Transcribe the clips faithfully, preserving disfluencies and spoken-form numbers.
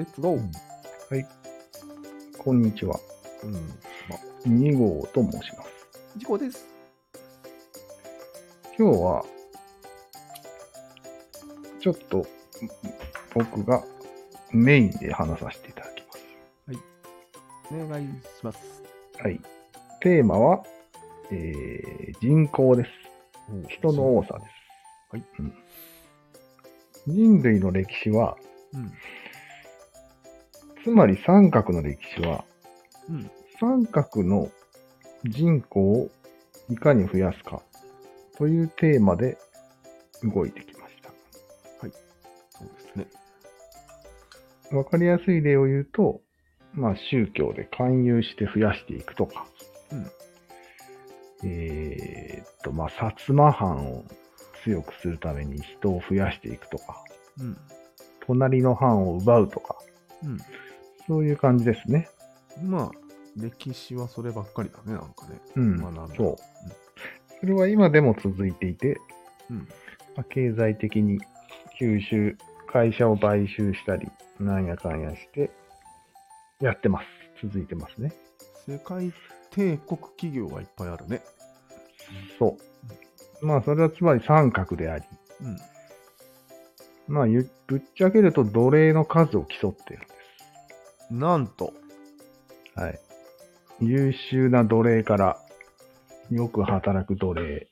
ツゴー。 はい。こんにちは。 うん。まあ、 に号と申します。 事故です。 今日は、ちょっと僕がメインで話させていただきます。 お願いします。 はい。テーマは、えー、人口です。人の多さです。 はい。 うん、人類の歴史は、 うん、 つまり三角の歴史は、 うん、 三角の人口をいかに増やすかというテーマで動いてきました。 はい。そうですね。 わかりやすい例を言うと、まあ宗教で勧誘して増やしていくとか、 うん、 えー、っと、まあ薩摩藩を強くするために人を増やしていくとか、 うん、 隣の藩を奪うとか、 うん。 そういう感じですね。 まあ、歴史はそればっかりだね、なんかね。 うん、 学んだ。 そう。それは今でも続いていて、 うん、 まあ、経済的に吸収、会社を買収したり、なんやかんやして、やってます。続いてますね。 世界帝国企業がいっぱいあるね。 そう。まあ、それはつまり三角であり、 うん。 まあ、ゆぶっちゃけると奴隷の数を競っているんでなんと、 す。はい。優秀な奴隷から、よく働く奴隷。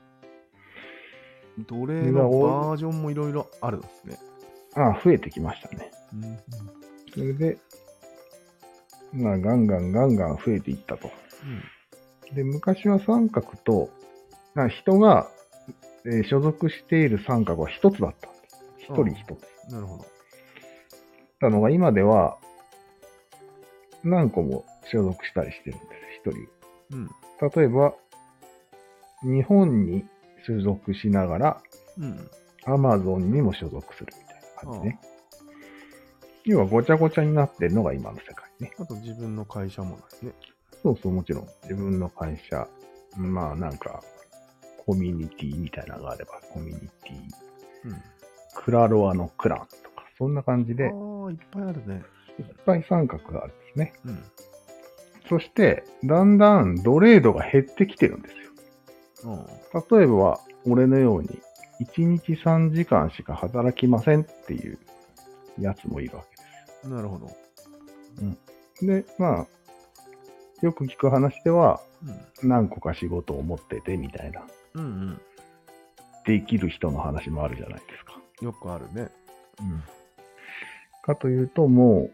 奴隷のバージョンもいろいろあるんですね。 ああ、増えてきましたね。 うん、 それで、まあ、ガンガンガンガン増えていったと。 うん、 で、昔は三角と、な人が、えー所属している三角は一つだったんです。一人一つ。 なるほど。 なのが今では、何個も所属したりしてるんです、一人。 うん、 例えば、日本に所属しながら、 うん。 アマゾンにも所属するみたいな感じね。要はごちゃごちゃになってるのが今の世界ね。 あと自分の会社もないね。 そうそう、もちろん。自分の会社、まあなんか、コミュニティみたいなのがあれば、コミュニティ、 うん。 クラロワのクランとか、そんな感じで、 ああ、いっぱいあるね。 いっぱい三角があるんですね。 うん。 そして、だんだん奴隷度が減ってきてるんですよ。 うん。 例えば、俺のように、いちにちさんじかんしか働きませんっていうやつもいるわけです。 なるほど。 で、まあ、よく聞く話では、 うん。 何個か仕事を持っててみたいな、 うんうん。 できる人の話もあるじゃないですか。 よくあるね。 うん。かというと、もう、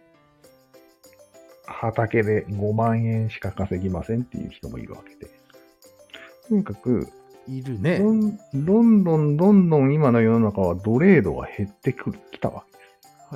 畑でごまんえんしか稼ぎませんっていう人もいるわけで。とにかく、 いるね。 どんどんどんどんどん今の世の中は奴隷度が減ってくる、きたわけです。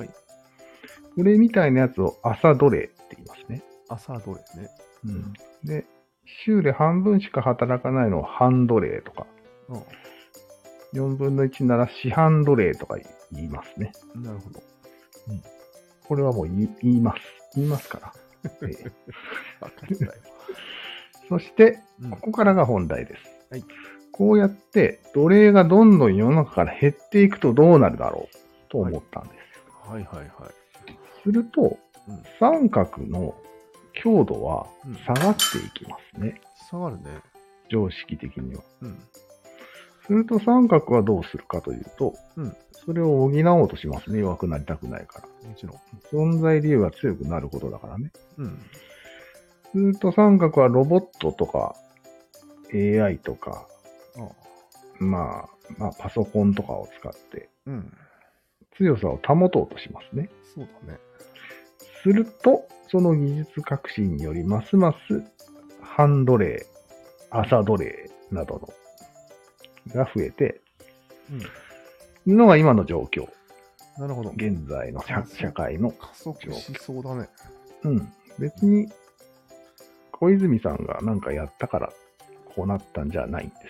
はい。 俺みたいなやつを朝奴隷って言いますね。 朝どれね。 うん。で、週で半分しか働かないのを半奴隷とか、よんぶんのいちなら四半奴隷とか言いますね。 うん。なるほど。 これはもう言い言います。言いますから。えーわかったよ。 そして、 うんここからが本題です。 はい。 こうやって奴隷がどんどん世の中から減っていくとどうなるだろうと思ったんです。 はいはいはい。 すると、 うん。 三角の強度はうん下がっていきますね。 下がるね。 常識的には。 うん。 すると三角はどうするかというと、 うん。 それを補おうとしますね。弱くなりたくないから。 もちろん。 存在理由が強くなることだからね。 うん。 すると三角はロボットとか エーアイ とか、 ああ。 まあ、まあパソコンとかを使ってうん。 強さを保とうとしますね。 そうだね。 すると、その技術革新によりますます半奴隷、朝奴隷などのが増えて、 うん。 のが今の状況。 なるほど。 現在の社社会の。 加速しそうだね。 うん。別に、小泉さんが何かやったからこうなったんじゃないんです。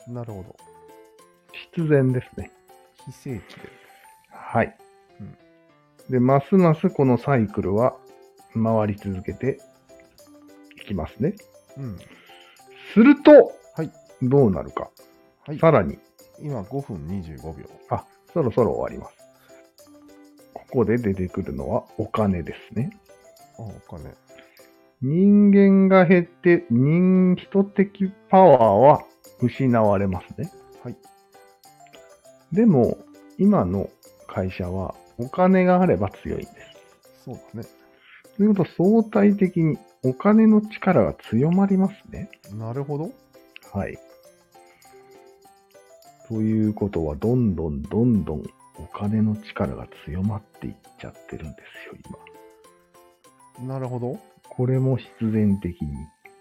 なるほど。 必然ですね。 非正規で。 はい。 うんで、ますますこのサイクルは回り続けていきますね。 うん。 すると、 はい。 どうなるか。 はい。 さらに、 今ごふんにじゅうごびょう。 あ、そろそろ終わります。ここで出てくるのはお金ですね。 あ、お金。 人間が減って人、人的パワーは失われますね。 はい。 でも、今の会社はお金があれば強いんです。 そうだね。 ということ相対的にお金の力が強まりますね。 なるほど。 はい。ということは、どんどんどんどんお金の力が強まっていっちゃってるんですよ、今。 なるほど。 これも必然的に。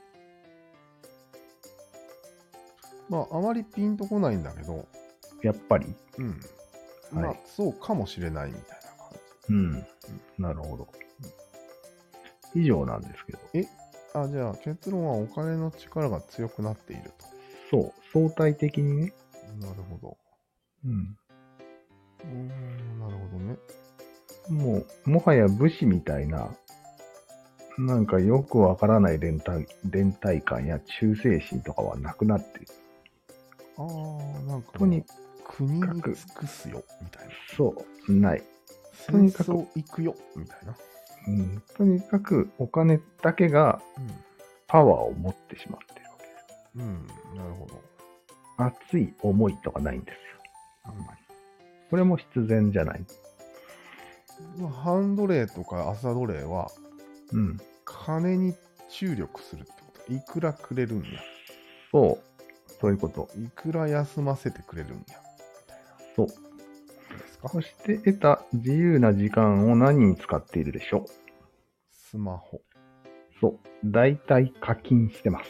まあ、あまりピンとこないんだけど、 やっぱり。 うん。 はいまあ、そうかもしれないみたいな感じ。 うん。なるほど。以上なんですけど。 えあ、じゃあ結論はお金の力が強くなっているそう。相対的にね。 と。なるほど。 うん。 うーん、なるほどね。 もう、もはや武士みたいな、なんかよくわからない連帯連帯感や忠誠心とかはなくなっている。 ああ、なんかとに国に尽くすよ、みたいな。 そう、ない。と戦にかく争行くよ、みたいな。 うん、とにかくお金だけがうパワーを持ってしまっているわけです。 ん。うん、なるほど。 熱い思いとかないんですよ。あんまり。これも必然じゃない。 まあ、ハンドレーとか朝奴隷は、 うん。 金に注力するってこと。いくらくれるんや。 そう。そういうこと。 いくら休ませてくれるんや。みたいそう。 な。ですか。 そして得た自由な時間を何に使っているでしょう。 スマホ。 そう。大体課金してます。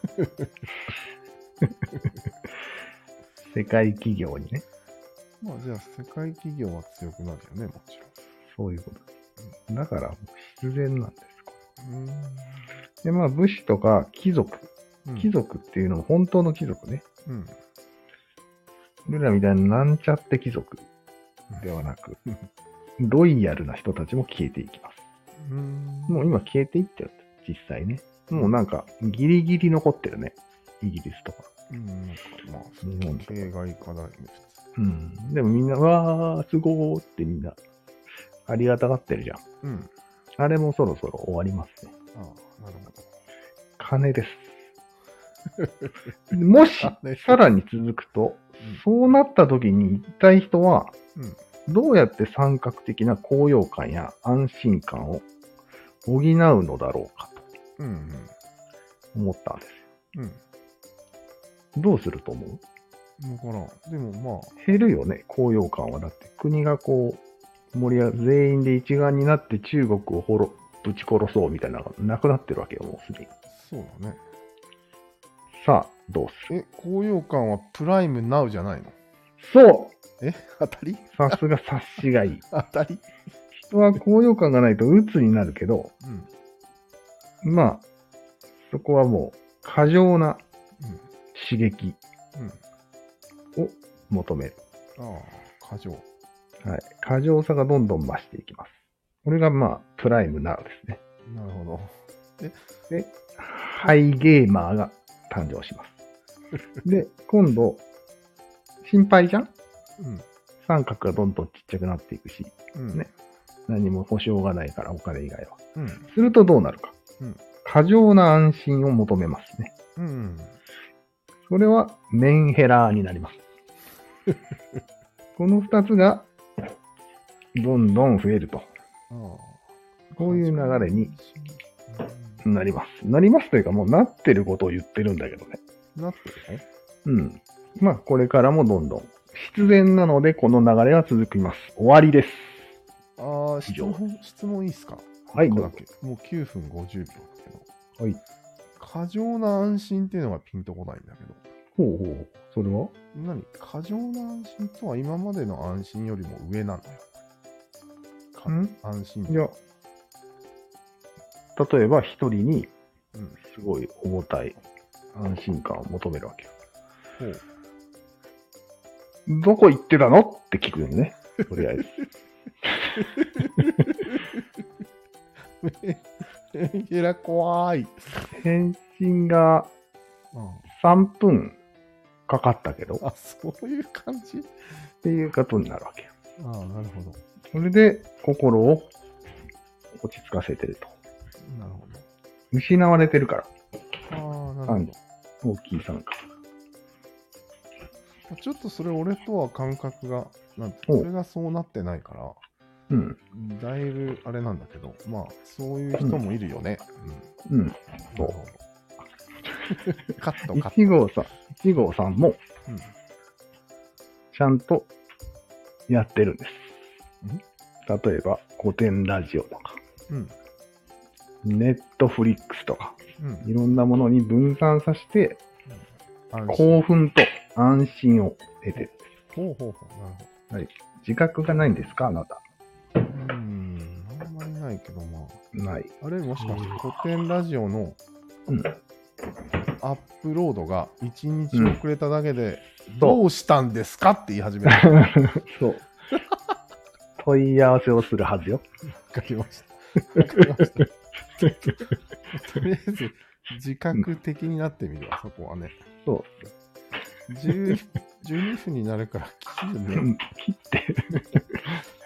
世界企業にね。 まあじゃあ世界企業は強くなるよね、もちそういうこと。だから必然なんです。 ろん。うで、まあ武士とか貴族。 ーん。 貴族っていうのも本当の貴族ね。 うん。 俺らみたいななんちゃって貴族ではなく、ロイヤルな人たちも消えていきます。 うん。うーん。 もう今消えていってる。実際ね。もうなんかギリギリ残ってるね。イギリスとか。 うん、なんかまあ、 日本とか形骸化だよね、 うん。でもみんな、わー、すごーってみんな、ありがたがってるじゃん。 普通。うん。 あれもそろそろ終わりますね。 ああ、なるほど。 金です。もし金、 さらに続くと、そうなった時に一体人は、 うん。 どうやって三角的な高揚感や安心感を補うのだろうかうん。うん。 と思ったんですうん。 よ。どうすると思う？ だからん。でもまあ、 減るよね、高揚感は。だって国がこう、盛り上が全員で一丸になって中国をほろぶち殺そうみたいなのがなくなってるわけよ、もうすでに。 そうだね。 さあ、どうする？ え、高揚感はプライムナウじゃないの？ そうえ、当たりさすが察しがいい。 当たり人は高揚感がないと鬱になるけど、 うん。 まあ、そこはもう過剰なうん。 刺激うん。 を求める。 ああ、過剰。 はい。過剰さがどんどん増していきます。これがまあ、プライムナウですね。 なるほど。 で、ハイゲーマーが誕生します。で、今度、心配じゃん？ うん。 三角がどんどんちっちゃくなっていくし、 うん。 ね何も保証がないから、お金以外は。 うん。 するとどうなるか。 うん過剰な安心を求めますね。 うん。 それはメンヘラーになります。この二つがどんどん増えると。 ああ。 こういう流れにうん。 なります。なりますというかもうなってることを言ってるんだけどね。 なってるうん。まあこれからもどんどん必然なのでこの流れは続きます。終わりです。 の？ああ、 以上質問、質問いいっすか？ はい一個だけもうきゅうふんごじゅうびょうだけど。 はい。 過剰な安心っていうのがピンとこないんだけど。 ほうほう。それは何？過剰な安心とは今までの安心よりも上なのよ。かん安心。 いや、例えば一人にうん。 すごい重たい安心感を求めるわけよ。 ほう。 どこ行ってたのって聞くよね。とりあえず。 メンヘラ怖い。 返信がうんさんぷんかかったけど、っあ、そういう感じ？ ていうことになるわけよ。 ああ、なるほど。 それで心を落ち着かせてると。 なるほ失われてるから、 ど。ああ、なるほ大きい三角。 ど。ちょっとそれ俺とは感覚が、なんてお俺がそうなってないから、 うん。 だいぶあれなんだけど、まあ、そういう人もいるよね。 うん。 うん。なるほど。カットカット。 いち号さん、いち号さんもうん。 ちゃんとやってるんです。例えば、古典ラジオとか、 うん。 ネットフリックスとか、 うん。 いろんなものに分散させて、 安心。 興奮と安心を得てる。 ほうほうほう。なるほど。 はい。自覚がないんですかあなた。 うーん。あんまりないけど、まない。 あ。あれ、もしかして古典ラジオのうん。 アップロードがいちにち遅れただけで、 んどうしたんですかって言い始める。 そう。問い合わせをするはずよ。 わかりました。わかりました。とりあえず、自覚的になってみるわ、そこはね。 そじゅう、じゅうにふんになるから切るう。うね。 ん切って。